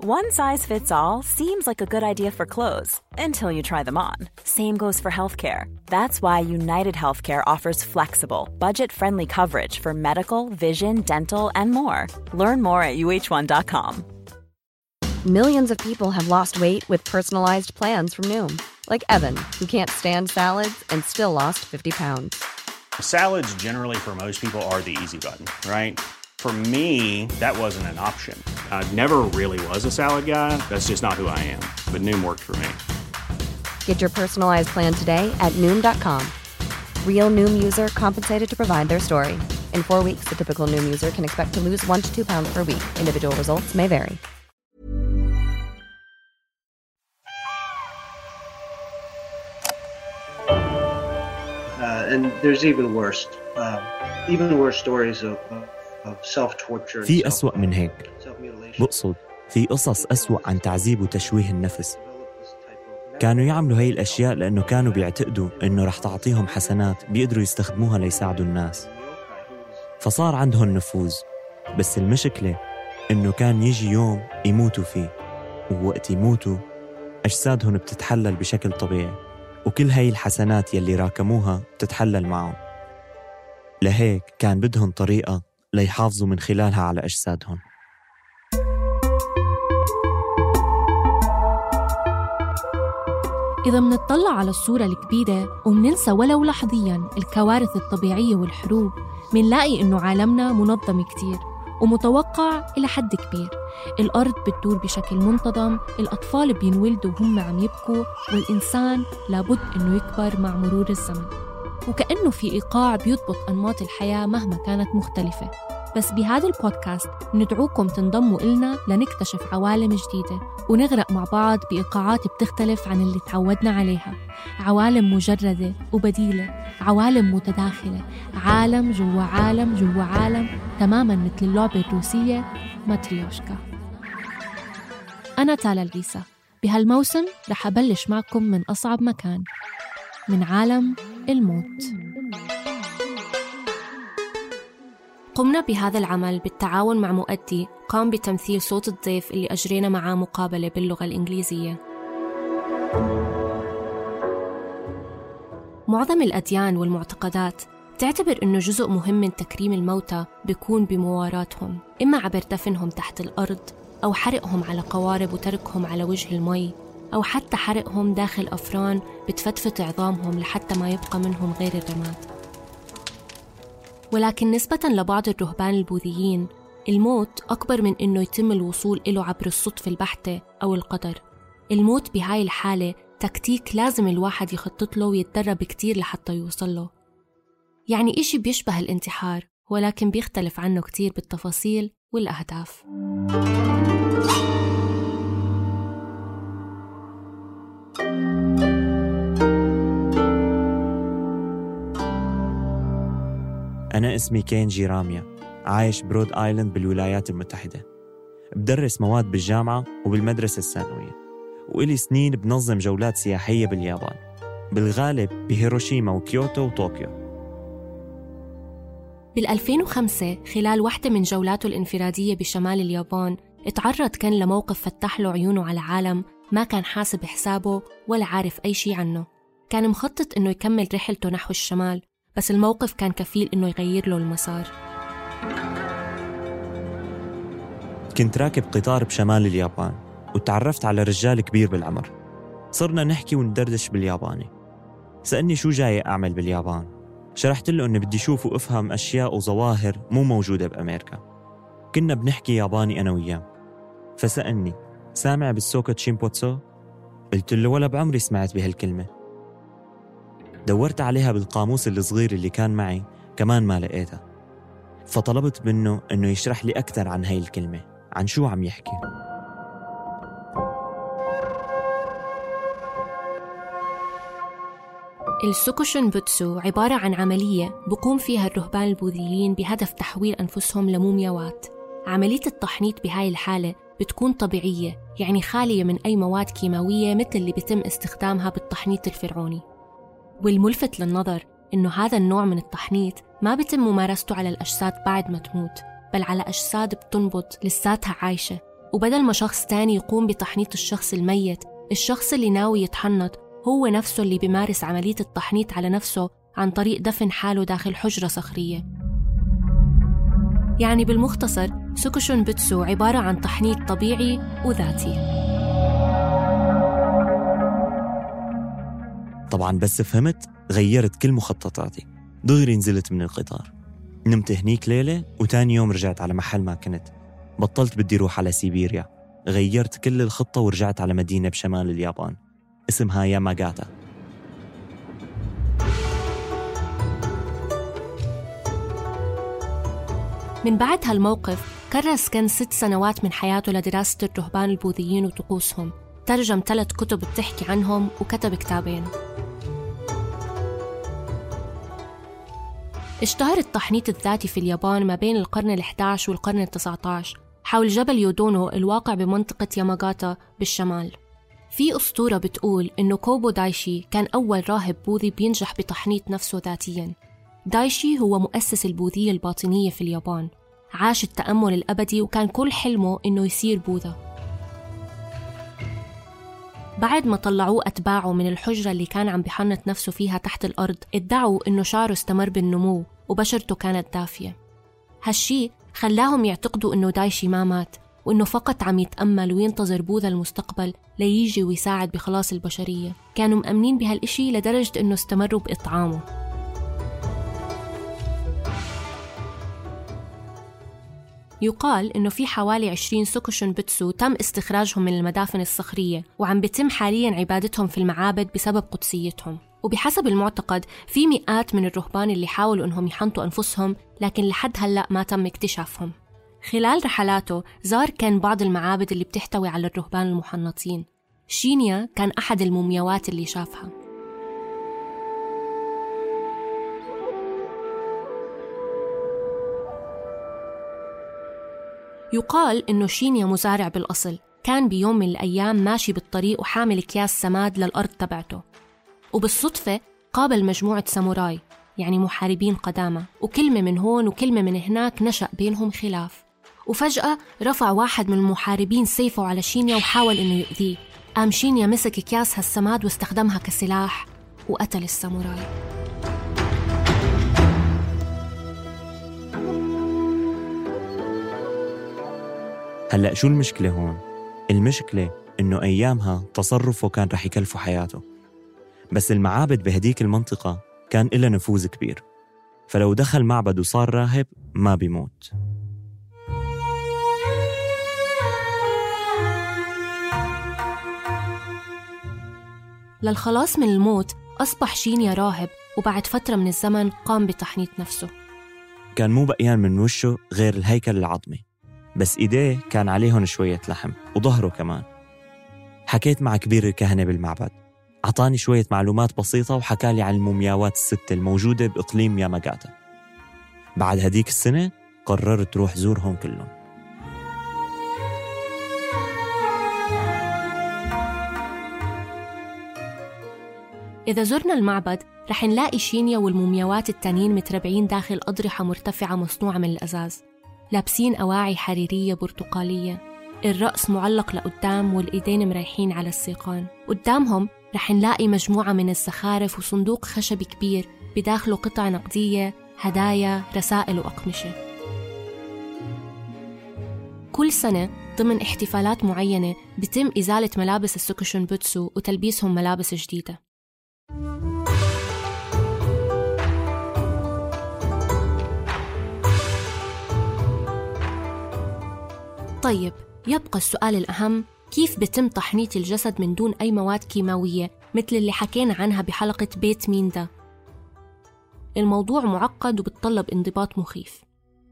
One size fits all seems like a good idea for clothes until you try them on. Same goes for healthcare. That's why United Healthcare offers flexible, budget-friendly coverage for medical, vision, dental, and more. Learn more at uh1.com. Millions of people have lost weight with personalized plans from Noom. Like Evan, who can't stand salads and still lost 50 pounds. Salads generally for most people are the easy button, right? For me, that wasn't an option. I never really was a salad guy. That's just not who I am. But Noom worked for me. Get your personalized plan today at Noom.com. Real Noom user compensated to provide their story. In 4 weeks, the typical Noom user can expect to lose 1 to 2 pounds per week. Individual results may vary. And there's even worse stories of self-torture. في أسوأ من هيك. بقصد في قصص أسوأ عن تعذيب وتشويه النفس. كانوا يعملوا هاي الأشياء لأنه كانوا بيعتقدوا إنه رح تعطيهم حسنات بيقدروا يستخدموها ليساعدوا الناس، فصار عندهم نفوذ. بس المشكلة إنه كان يجي يوم يموتوا فيه، ووقت يموتوا أجسادهم بتتحلل بشكل طبيعي، وكل هاي الحسنات يلي راكموها بتتحلل معهم. لهيك كان بدهم طريقة ليحافظوا من خلالها على أجسادهم. إذا منطلع على الصورة الكبيرة ومننسى ولو لحظياً الكوارث الطبيعية والحروب، منلاقي إنه عالمنا منظم كتير ومتوقع إلى حد كبير. الأرض بتدور بشكل منتظم، الأطفال بينولدوا وهم عم يبكوا، والإنسان لابد إنه يكبر مع مرور الزمن، وكأنه في إيقاع بيضبط أنماط الحياة مهما كانت مختلفة. بس بهذا البودكاست ندعوكم تنضموا إلنا لنكتشف عوالم جديدة ونغرق مع بعض بإيقاعات بتختلف عن اللي تعودنا عليها. عوالم مجردة وبديلة، عوالم متداخلة، عالم جوا عالم جوا عالم، تماماً مثل اللعبة الروسية ماتريوشكا. أنا تالا العيسى. بهالموسم رح أبلش معكم من أصعب مكان، من عالم الموت. قمنا بهذا العمل بالتعاون مع مؤدي قام بتمثيل صوت الضيف اللي أجرينا معاه مقابلة باللغة الإنجليزية. معظم الأديان والمعتقدات تعتبر أنه جزء مهم من تكريم الموتى بيكون بمواراتهم، إما عبر دفنهم تحت الأرض، أو حرقهم على قوارب وتركهم على وجه المي، أو حتى حرقهم داخل أفران بتفتفت عظامهم لحتى ما يبقى منهم غير الرماد. ولكن نسبة لبعض الرهبان البوذيين، الموت أكبر من إنه يتم الوصول إله عبر الصدفة البحتة أو القدر. الموت بهاي الحالة تكتيك لازم الواحد يخطط له ويتدرب كتير لحتى يوصل له. يعني إشي بيشبه الانتحار، ولكن بيختلف عنه كتير بالتفاصيل والأهداف. أنا اسمي كينجي راميا، عايش برود آيلاند بالولايات المتحدة. بدرس مواد بالجامعة وبالمدرسة الثانوية، وإلي سنين بنظم جولات سياحية باليابان، بالغالب بهيروشيما وكيوتو وطوكيو. بال2005 خلال واحدة من جولاته الانفرادية بشمال اليابان اتعرض كان لموقف فتح له عيونه على عالم ما كان حاسب حسابه ولا عارف أي شيء عنه. كان مخطط إنه يكمل رحلته نحو الشمال، بس الموقف كان كفيل إنه يغير له المسار. كنت راكب قطار بشمال اليابان وتعرفت على رجال كبير بالعمر. صرنا نحكي وندردش بالياباني. سألني شو جاي أعمل باليابان. شرحت له إنه بدي شوف وأفهم أشياء وظواهر مو موجودة بأمريكا. كنا بنحكي ياباني أنا وياه. فسألني سامع بالسوكو تشيمبوتسو؟ قلت له ولا بعمري سمعت بهالكلمة. دورت عليها بالقاموس الصغير اللي كان معي، كمان ما لقيتها. فطلبت منه إنه يشرح لي أكثر عن هاي الكلمة، عن شو عم يحكي. السوكوشن بوتسو عبارة عن عملية بقوم فيها الرهبان البوذيين بهدف تحويل أنفسهم لمومياوات. عملية التحنيط بهاي الحالة بتكون طبيعية، يعني خالية من أي مواد كيماوية مثل اللي بيتم استخدامها بالتحنيط الفرعوني. والملفت للنظر إنه هذا النوع من التحنيط ما بيتم ممارسته على الأجساد بعد ما تموت، بل على أجساد بتنبض لساتها عايشة، وبدل ما شخص تاني يقوم بتحنيط الشخص الميت، الشخص اللي ناوي يتحنط هو نفسه اللي بيمارس عملية التحنيط على نفسه عن طريق دفن حاله داخل حجرة صخرية. يعني بالمختصر سوكوشون بوتسو عبارة عن تحنيط طبيعي وذاتي. طبعا بس فهمت غيرت كل مخططاتي، دغري نزلت من القطار، نمت هنيك ليلة وتاني يوم رجعت على محل ما كنت. بطلت بدي روح على سيبيريا، غيرت كل الخطة ورجعت على مدينة بشمال اليابان اسمها ياماغاتا. من بعد هالموقف كرس كان 6 سنوات من حياته لدراسة الرهبان البوذيين وطقوسهم، ترجم 3 كتب بتحكي عنهم وكتب كتابين. اشتهر التحنيط الذاتي في اليابان ما بين القرن ال11 والقرن ال19 حول جبل يودونو الواقع بمنطقة ياماغاتا بالشمال. في أسطورة بتقول إنه كوبو دايشي كان أول راهب بوذي بينجح بتحنيط نفسه ذاتياً. دايشي هو مؤسس البوذية الباطنية في اليابان، عاش التأمل الأبدي وكان كل حلمه إنه يصير بوذا. بعد ما طلعوه أتباعه من الحجرة اللي كان عم بيحنط نفسه فيها تحت الأرض، ادعوا إنه شعره استمر بالنمو وبشرته كانت دافية. هالشي خلاهم يعتقدوا إنه دايشي ما مات، وإنه فقط عم يتأمل وينتظر بوذا المستقبل ليجي ويساعد بخلاص البشرية. كانوا مأمنين بهالإشي لدرجة إنه استمروا بإطعامه. يقال إنه في حوالي 20 سوكوشون بوتسو تم استخراجهم من المدافن الصخرية، وعم بيتم حالياً عبادتهم في المعابد بسبب قدسيتهم. وبحسب المعتقد في مئات من الرهبان اللي حاولوا إنهم يحنطوا أنفسهم، لكن لحد هلأ ما تم اكتشافهم. خلال رحلاته زار كان بعض المعابد اللي بتحتوي على الرهبان المحنطين. شينيا كان أحد المومياوات اللي شافها. يقال إنه شينيا مزارع بالأصل، كان بيوم من الأيام ماشي بالطريق وحامل أكياس سماد للأرض تبعته، وبالصدفة قابل مجموعة ساموراي يعني محاربين قدامى، وكلمة من هون وكلمة من هناك نشأ بينهم خلاف. وفجأة رفع واحد من المحاربين سيفه على شينيا وحاول إنه يؤذيه. قام شينيا مسك أكياس هالسماد واستخدمها كسلاح وقتل الساموراي. هلأ شو المشكلة هون؟ المشكلة إنه أيامها تصرفه كان رح يكلفه حياته، بس المعابد بهديك المنطقة كان إلها نفوذ كبير، فلو دخل معبد وصار راهب ما بيموت. للخلاص من الموت أصبح شينيا راهب، وبعد فترة من الزمن قام بتحنيط نفسه. كان مو بقيان من وشه غير الهيكل العظمي، بس إيديه كان عليهن شوية لحم وظهره كمان. حكيت مع كبير الكهنة بالمعبد، عطاني شوية معلومات بسيطة وحكالي عن المومياوات ال6 الموجودة بإقليم ياماغاتا. بعد هديك السنة قررت روح زورهم كلهم. إذا زرنا المعبد رح نلاقي شينيا والمومياوات التانيين متربعين داخل أضرحة مرتفعة مصنوعة من الأزاز، لابسين أواعي حريرية برتقالية، الرأس معلق لقدام والإيدين مريحين على الساقين. قدامهم رح نلاقي مجموعة من الزخارف وصندوق خشبي كبير بداخله قطع نقدية، هدايا، رسائل وأقمشة. كل سنة ضمن احتفالات معينة بتم إزالة ملابس السوكوشون بوتسو وتلبيسهم ملابس جديدة. طيب، يبقى السؤال الأهم: كيف بتم تحنيط الجسد من دون أي مواد كيماوية مثل اللي حكينا عنها بحلقة بيت مين ده؟ الموضوع معقد وبتطلب انضباط مخيف.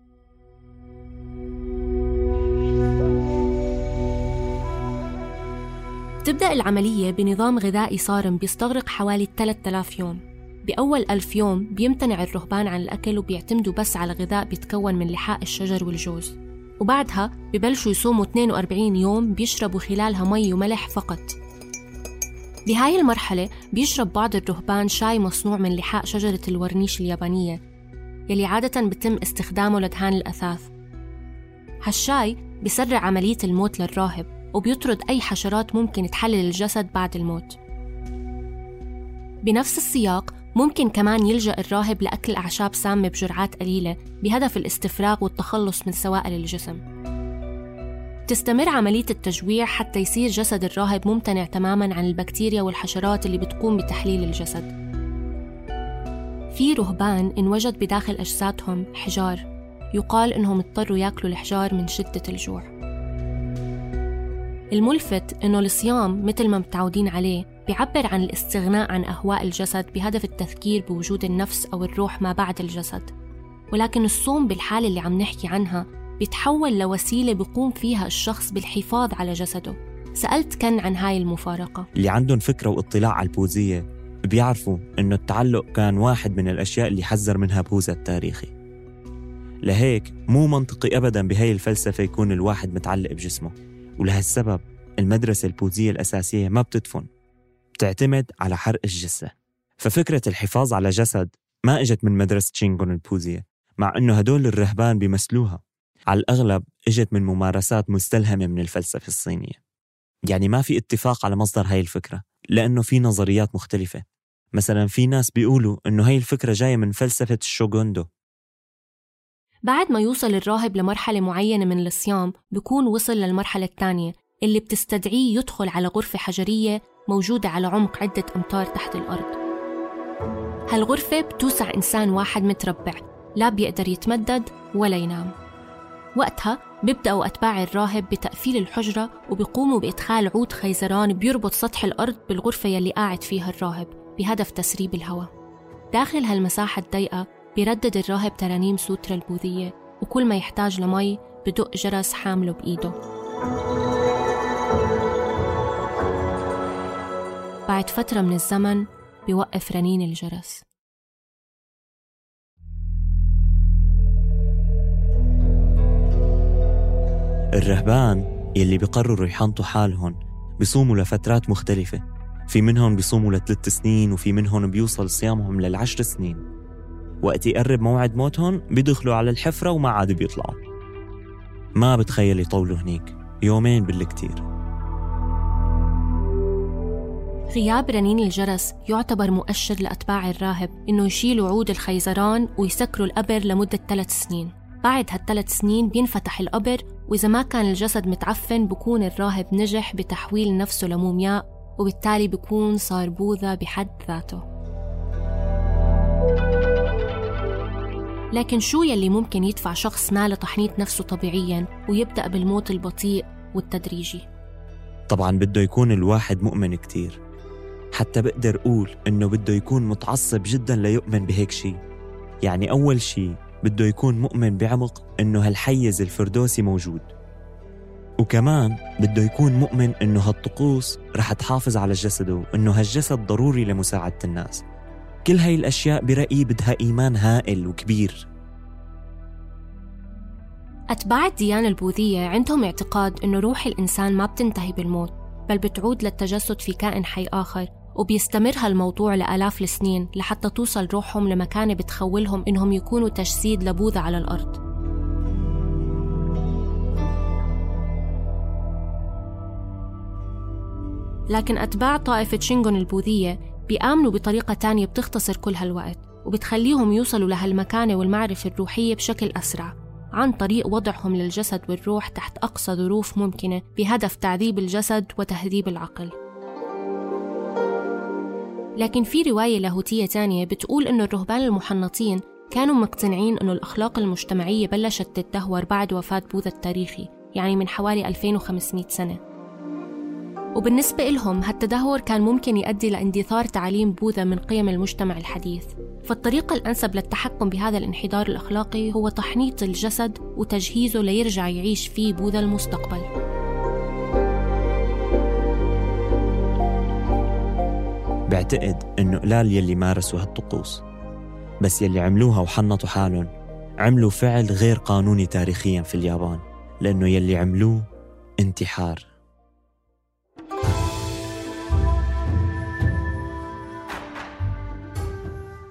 تبدأ العملية بنظام غذائي صارم بيستغرق حوالي 3000 يوم. بأول 1000 يوم بيمتنع الرهبان عن الأكل وبيعتمدوا بس على غذاء بيتكون من لحاء الشجر والجوز، وبعدها ببلشوا يصوموا 42 يوم بيشربوا خلالها مي وملح فقط. بهاي المرحلة بيشرب بعض الرهبان شاي مصنوع من لحاء شجرة الورنيش اليابانية يلي عادة بتم استخدامه لدهان الأثاث. هالشاي بيسرع عملية الموت للراهب وبيطرد أي حشرات ممكن تحلل الجسد بعد الموت. بنفس السياق ممكن كمان يلجأ الراهب لأكل أعشاب سامة بجرعات قليلة بهدف الاستفراغ والتخلص من سوائل الجسم. تستمر عملية التجويع حتى يصير جسد الراهب ممتنع تماماً عن البكتيريا والحشرات اللي بتقوم بتحليل الجسد. في رهبان انوجد بداخل أجسادهم حجار، يقال إنهم اضطروا يأكلوا الحجار من شدة الجوع. الملفت إنه الصيام مثل ما متعودين عليه بيعبر عن الاستغناء عن أهواء الجسد بهدف التذكير بوجود النفس أو الروح ما بعد الجسد، ولكن الصوم بالحالة اللي عم نحكي عنها بيتحول لوسيلة بيقوم فيها الشخص بالحفاظ على جسده. سألت كن عن هاي المفارقة. اللي عندهم فكرة واطلاع على البوذية بيعرفوا إنه التعلق كان واحد من الأشياء اللي حذر منها بوذا التاريخي. لهيك مو منطقي أبداً بهاي الفلسفة يكون الواحد متعلق بجسمه، ولهالسبب المدرسة البوذية الأساسية ما بتدفن، بتعتمد على حرق الجثة. ففكرة الحفاظ على جسد ما إجت من مدرسة شينغون البوذية، مع إنه هدول الرهبان بيمثلوها. على الأغلب إجت من ممارسات مستلهمة من الفلسفة الصينية. يعني ما في اتفاق على مصدر هاي الفكرة، لأنه في نظريات مختلفة. مثلا في ناس بيقولوا إنه هاي الفكرة جاية من فلسفة الشوغوندو. بعد ما يوصل الراهب لمرحلة معينة من الصيام بيكون وصل للمرحلة الثانية اللي بتستدعيه يدخل على غرفة حجرية موجودة على عمق عدة أمتار تحت الأرض. هالغرفة بتوسع إنسان واحد متربع، لا بيقدر يتمدد ولا ينام. وقتها بيبدأوا أتباع الراهب بتقفيل الحجرة وبيقوموا بإدخال عود خيزران بيربط سطح الأرض بالغرفة يلي قاعد فيها الراهب بهدف تسريب الهواء. داخل هالمساحة الضيقة بيردد الراهب ترانيم سوترا البوذية، وكل ما يحتاج لمي بدق جرس حامله بإيده. بعد فترة من الزمن بيوقف رنين الجرس. الرهبان يلي بيقرروا يحنطوا حالهم بيصوموا لفترات مختلفة. في منهم بيصوموا ل3 سنين، وفي منهم بيوصل صيامهم ل10 سنين. وقت يقرب موعد موتهم بيدخلوا على الحفرة وما عاد بيطلعوا. ما بتخيل يطولوا هنيك، يومين بالكتير. غياب رنين الجرس يعتبر مؤشر لأتباع الراهب إنه يشيلوا عود الخيزران ويسكروا القبر لمدة 3 سنين. بعد هال3 سنين بينفتح القبر، وإذا ما كان الجسد متعفن بكون الراهب نجح بتحويل نفسه لمومياء، وبالتالي بكون صار بوذا بحد ذاته. لكن شو يلي ممكن يدفع شخص ما لتحنيط نفسه طبيعياً ويبدأ بالموت البطيء والتدريجي؟ طبعاً بده يكون الواحد مؤمن كتير. حتى بقدر أقول إنه بده يكون متعصب جداً ليؤمن بهيك شيء. يعني أول شيء بده يكون مؤمن بعمق إنه هالحيز الفردوسي موجود، وكمان بده يكون مؤمن إنه هالطقوس رح تحافظ على جسده، وإنه هالجسد ضروري لمساعدة الناس. كل هاي الأشياء برأيي بدها إيمان هائل وكبير. أتباع الديانة البوذية عندهم اعتقاد إنه روح الإنسان ما بتنتهي بالموت، بل بتعود للتجسد في كائن حي آخر، وبيستمر هالموضوع لآلاف السنين لحتى توصل روحهم لمكانة بتخولهم إنهم يكونوا تجسيد لبوذا على الأرض. لكن أتباع طائفة شينغون البوذية بيآمنوا بطريقة تانية بتختصر كل هالوقت وبتخليهم يوصلوا لهالمكانة والمعرفة الروحية بشكل أسرع، عن طريق وضعهم للجسد والروح تحت أقصى ظروف ممكنة بهدف تعذيب الجسد وتهذيب العقل. لكن في رواية لاهوتية تانية بتقول إنه الرهبان المحنطين كانوا مقتنعين إنه الأخلاق المجتمعية بلشت تتدهور بعد وفاة بوذا التاريخي، يعني من حوالي 2500 سنة. وبالنسبة لهم هالتدهور كان ممكن يؤدي لاندثار تعاليم بوذا من قيم المجتمع الحديث. فالطريقة الأنسب للتحكم بهذا الانحدار الأخلاقي هو تحنيط الجسد وتجهيزه ليرجع يعيش فيه بوذا المستقبل. بعتقد إنه قلال يلي مارسوا هالطقوس، بس يلي عملوها وحنطوا حالهم عملوا فعل غير قانوني تاريخيا في اليابان، لأنه يلي عملوه انتحار.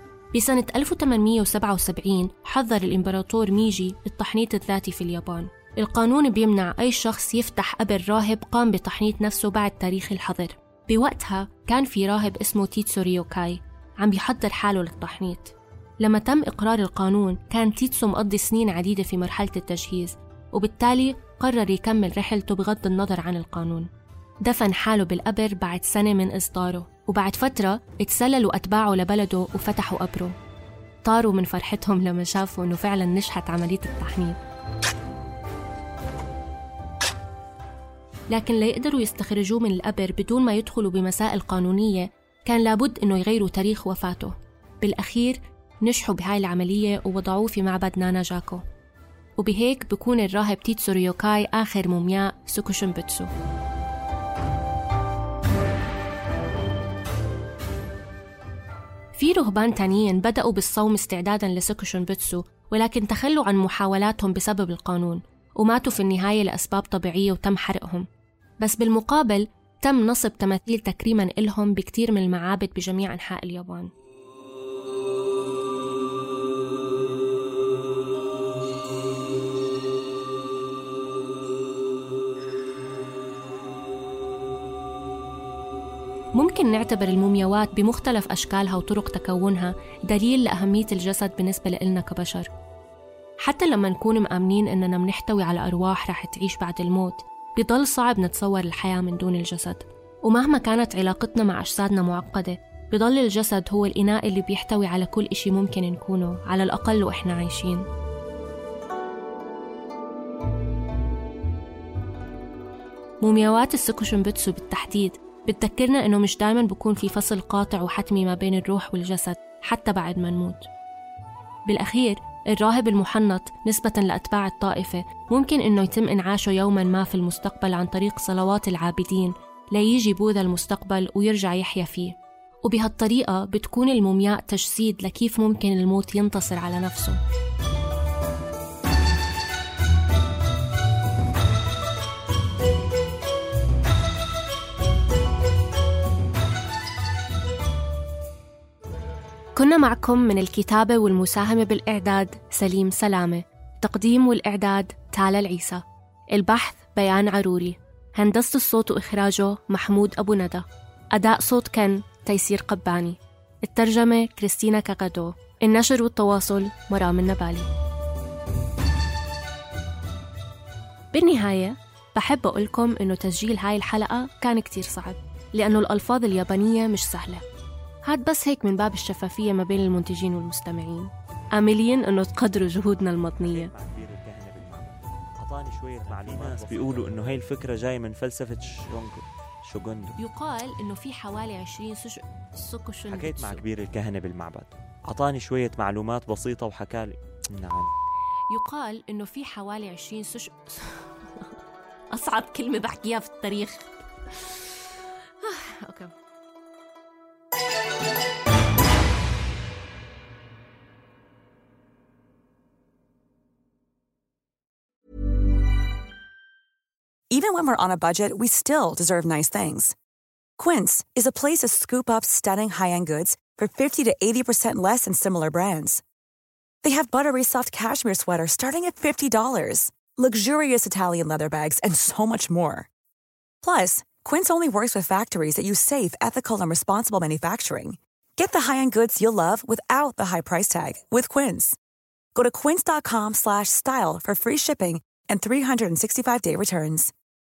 بسنة 1877 حذر الإمبراطور ميجي التحنيط الذاتي في اليابان، القانون بيمنع أي شخص يفتح قبر راهب قام بتحنيط نفسه بعد تاريخ الحظر. بوقتها كان في راهب اسمه تيتسو ريوكاي عم بيحضر حاله للتحنيط. لما تم إقرار القانون كان تيتسو مقضي سنين عديدة في مرحلة التجهيز، وبالتالي قرر يكمل رحلته بغض النظر عن القانون. دفن حاله بالقبر بعد سنة من إصداره، وبعد فترة اتسللوا أتباعه لبلده وفتحوا قبره. طاروا من فرحتهم لما شافوا أنه فعلا نجحت عملية التحنيط. لكن ليقدروا يستخرجوه من القبر بدون ما يدخلوا بمسائل قانونية كان لابد أنه يغيروا تاريخ وفاته. بالأخير نجحوا بهاي العملية ووضعوه في معبد نانا جاكو، وبهيك بيكون الراهب تيتسو ريوكاي آخر مومياء سوكوشنبوتسو. في رهبان تانيين بدأوا بالصوم استعداداً لسوكوشنبوتسو، ولكن تخلوا عن محاولاتهم بسبب القانون وماتوا في النهاية لأسباب طبيعية وتم حرقهم. بس بالمقابل تم نصب تماثيل تكريماً إلهم بكتير من المعابد بجميع أنحاء اليابان. ممكن نعتبر المومياوات بمختلف أشكالها وطرق تكونها دليل لأهمية الجسد بالنسبة لنا كبشر. حتى لما نكون مآمنين إننا منحتوي على أرواح رح تعيش بعد الموت، بيضل صعب نتصور الحياة من دون الجسد. ومهما كانت علاقتنا مع أجسادنا معقدة، بيضل الجسد هو الإناء اللي بيحتوي على كل إشي ممكن نكونه على الأقل وإحنا عايشين. مومياوات السوكوشنبوتسو بالتحديد بتذكرنا إنه مش دايماً بيكون في فصل قاطع وحتمي ما بين الروح والجسد حتى بعد ما نموت. بالأخير الراهب المحنط نسبة لأتباع الطائفة ممكن إنه يتم إنعاشه يوماً ما في المستقبل عن طريق صلوات العابدين ليجي بوذا المستقبل ويرجع يحيا فيه، وبهالطريقة بتكون المومياء تجسيد لكيف ممكن الموت ينتصر على نفسه. كنا معكم من الكتابة والمساهمة بالإعداد سليم سلامة، تقديم والإعداد تالا العيسى، البحث بيان عروري، هندسة الصوت وإخراجه محمود أبو ندى، أداء صوت كن تيسير قباني، الترجمة كريستينا كاغادو، النشر والتواصل مرام النبالي. بالنهاية بحب أقولكم إنه تسجيل هاي الحلقة كان كتير صعب لأنه الألفاظ اليابانية مش سهلة. هاد بس هيك من باب الشفافية ما بين المنتجين والمستمعين، آملين إنه تقدروا جهودنا المضنية. أعطاني شوية معلومات بيقولوا إنه هاي الفكرة جاي من فلسفة شوغوندو. يقال إنه في حوالي 20 سوكوشنبوتسو. حكيت مع كبير الكهنة بالمعبد، أعطاني شوية معلومات بسيطة وحكالي. نعم. يقال إنه في حوالي 20 أصعب كلمة بحكيها في التاريخ. أوكي. Even when we're on a budget, we still deserve nice things. Quince is a place to scoop up stunning high-end goods for 50 to 80% less than similar brands. They have buttery soft cashmere sweaters starting at $50, luxurious Italian leather bags, and so much more. Plus, Quince only works with factories that use safe, ethical, and responsible manufacturing. Get the high-end goods you'll love without the high price tag with Quince. Go to quince.com/style for free shipping and 365-day returns.